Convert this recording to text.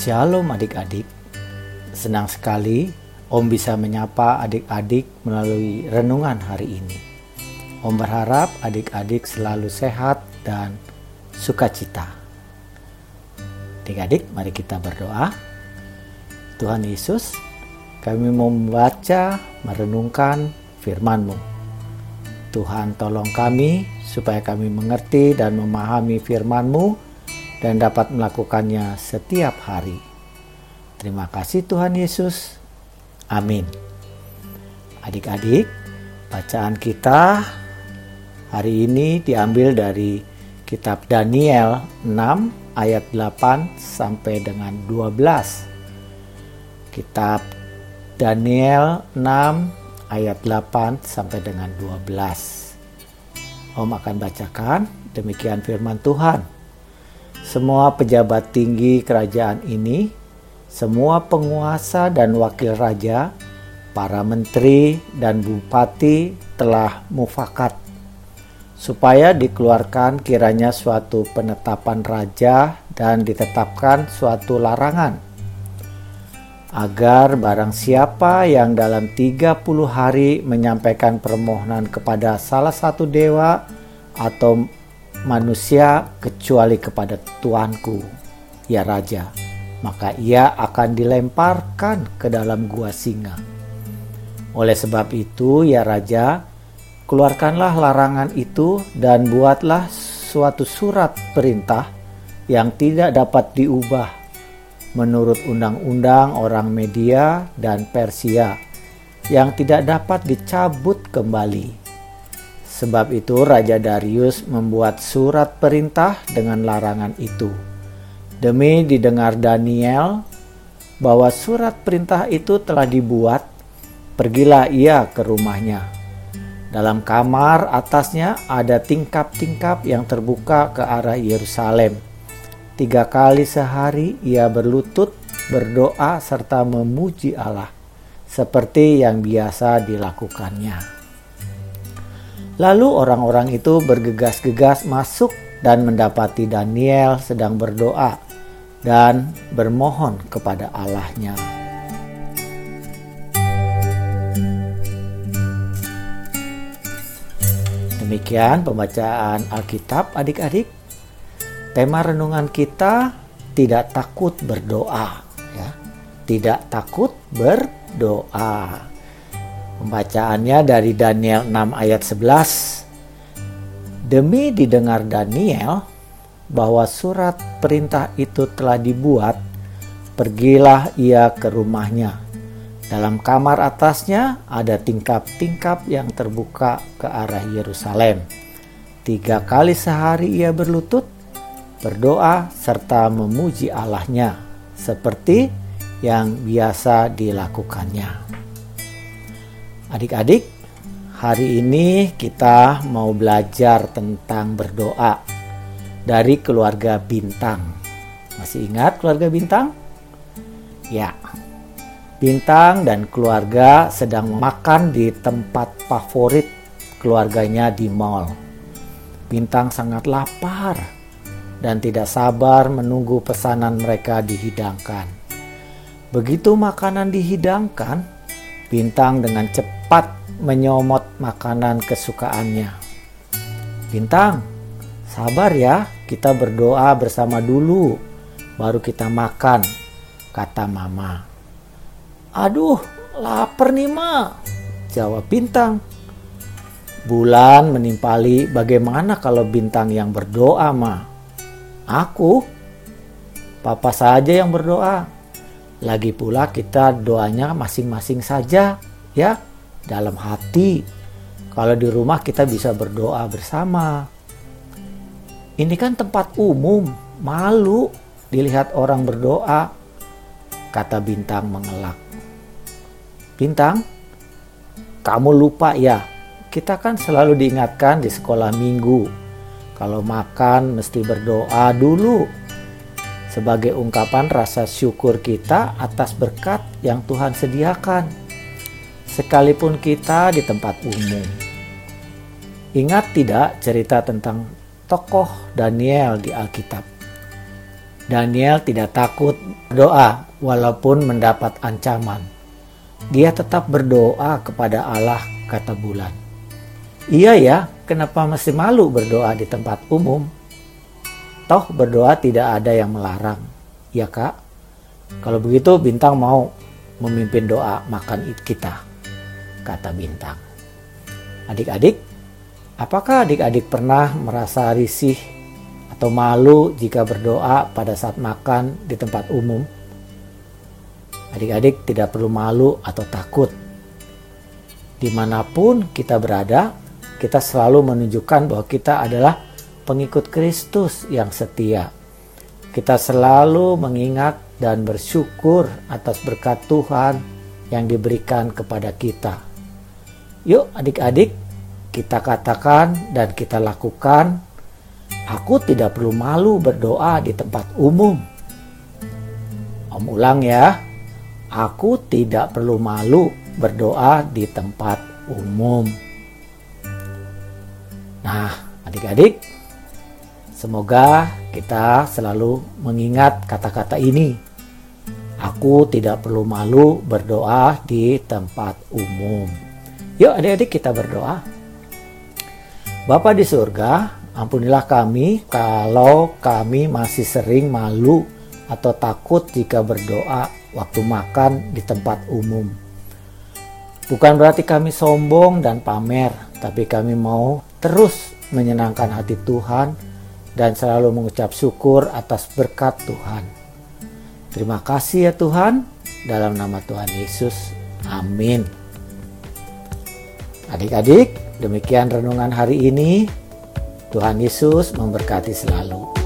Shalom adik-adik, senang sekali Om bisa menyapa adik-adik melalui renungan hari ini. Om berharap adik-adik selalu sehat dan sukacita. Adik-adik, mari kita berdoa. Tuhan Yesus, kami mau membaca, merenungkan firman-Mu. Tuhan tolong kami supaya kami mengerti dan memahami firman-Mu dan dapat melakukannya setiap hari. Terima kasih Tuhan Yesus. Amin. Adik-adik, bacaan kita hari ini diambil dari kitab Daniel 6 ayat 8 sampai dengan 12. Kitab Daniel 6 ayat 8 sampai dengan 12. Om akan bacakan demikian firman Tuhan. Semua pejabat tinggi kerajaan ini, semua penguasa dan wakil raja, para menteri dan bupati telah mufakat supaya dikeluarkan kiranya suatu penetapan raja dan ditetapkan suatu larangan agar barang siapa yang dalam 30 hari menyampaikan permohonan kepada salah satu dewa atau manusia kecuali kepada Tuanku, ya Raja, maka ia akan dilemparkan ke dalam gua singa. Oleh sebab itu, ya Raja, keluarkanlah larangan itu dan buatlah suatu surat perintah yang tidak dapat diubah menurut undang-undang orang Media dan Persia yang tidak dapat dicabut kembali. Sebab itu Raja Darius membuat surat perintah dengan larangan itu. Demi didengar Daniel bahwa surat perintah itu telah dibuat, pergilah ia ke rumahnya. Dalam kamar atasnya ada tingkap-tingkap yang terbuka ke arah Yerusalem. 3 kali sehari ia berlutut, berdoa serta memuji Allah, seperti yang biasa dilakukannya. Lalu orang-orang itu bergegas-gegas masuk dan mendapati Daniel sedang berdoa dan bermohon kepada Allahnya. Demikian pembacaan Alkitab adik-adik. Tema renungan kita tidak takut berdoa, ya. Tidak takut berdoa. Pembacaannya dari Daniel 6 ayat 11. Demi didengar Daniel bahwa surat perintah itu telah dibuat, pergilah ia ke rumahnya. Dalam kamar atasnya ada tingkap-tingkap yang terbuka ke arah Yerusalem. 3 kali sehari ia berlutut, berdoa serta memuji Allahnya, seperti yang biasa dilakukannya. Adik-adik, hari ini kita mau belajar tentang berdoa dari keluarga Bintang. Masih ingat keluarga Bintang? Ya, Bintang dan keluarga sedang makan di tempat favorit keluarganya di mall. Bintang sangat lapar dan tidak sabar menunggu pesanan mereka dihidangkan. Begitu makanan dihidangkan, Bintang dengan cepat menyomot makanan kesukaannya. Bintang, sabar ya, kita berdoa bersama dulu, baru kita makan, kata Mama. Aduh, lapar nih Ma, jawab Bintang. Bulan menimpali, bagaimana kalau Bintang yang berdoa Ma? Aku? Papa saja yang berdoa. Lagi pula kita doanya masing-masing saja, ya, dalam hati. Kalau di rumah kita bisa berdoa bersama. Ini kan tempat umum, malu dilihat orang berdoa, kata Bintang mengelak. Bintang, kamu lupa ya, kita kan selalu diingatkan di sekolah minggu, kalau makan mesti berdoa dulu, sebagai ungkapan rasa syukur kita atas berkat yang Tuhan sediakan, sekalipun kita di tempat umum. Ingat tidak cerita tentang tokoh Daniel di Alkitab? Daniel tidak takut berdoa walaupun mendapat ancaman. Dia tetap berdoa kepada Allah, kata bulan. Iya ya, kenapa masih malu berdoa di tempat umum? Toh berdoa tidak ada yang melarang, ya kak? Kalau begitu bintang mau memimpin doa makan kita, kata bintang. Adik-adik, apakah adik-adik pernah merasa risih atau malu jika berdoa pada saat makan di tempat umum? Adik-adik tidak perlu malu atau takut. Dimanapun kita berada, kita selalu menunjukkan bahwa kita adalah pengikut Kristus yang setia. Kita selalu mengingat dan bersyukur atas berkat Tuhan yang diberikan kepada kita. Yuk adik-adik, kita katakan dan kita lakukan, aku tidak perlu malu berdoa di tempat umum. Om ulang ya, aku tidak perlu malu berdoa di tempat umum. Nah, adik-adik, semoga kita selalu mengingat kata-kata ini. Aku tidak perlu malu berdoa di tempat umum. Yuk adik-adik kita berdoa. Bapa di surga, ampunilah kami kalau kami masih sering malu atau takut jika berdoa waktu makan di tempat umum. Bukan berarti kami sombong dan pamer, tapi kami mau terus menyenangkan hati Tuhan dan selalu mengucap syukur atas berkat Tuhan. Terima kasih ya Tuhan, dalam nama Tuhan Yesus. Amin. Adik-adik, demikian renungan hari ini. Tuhan Yesus memberkati selalu.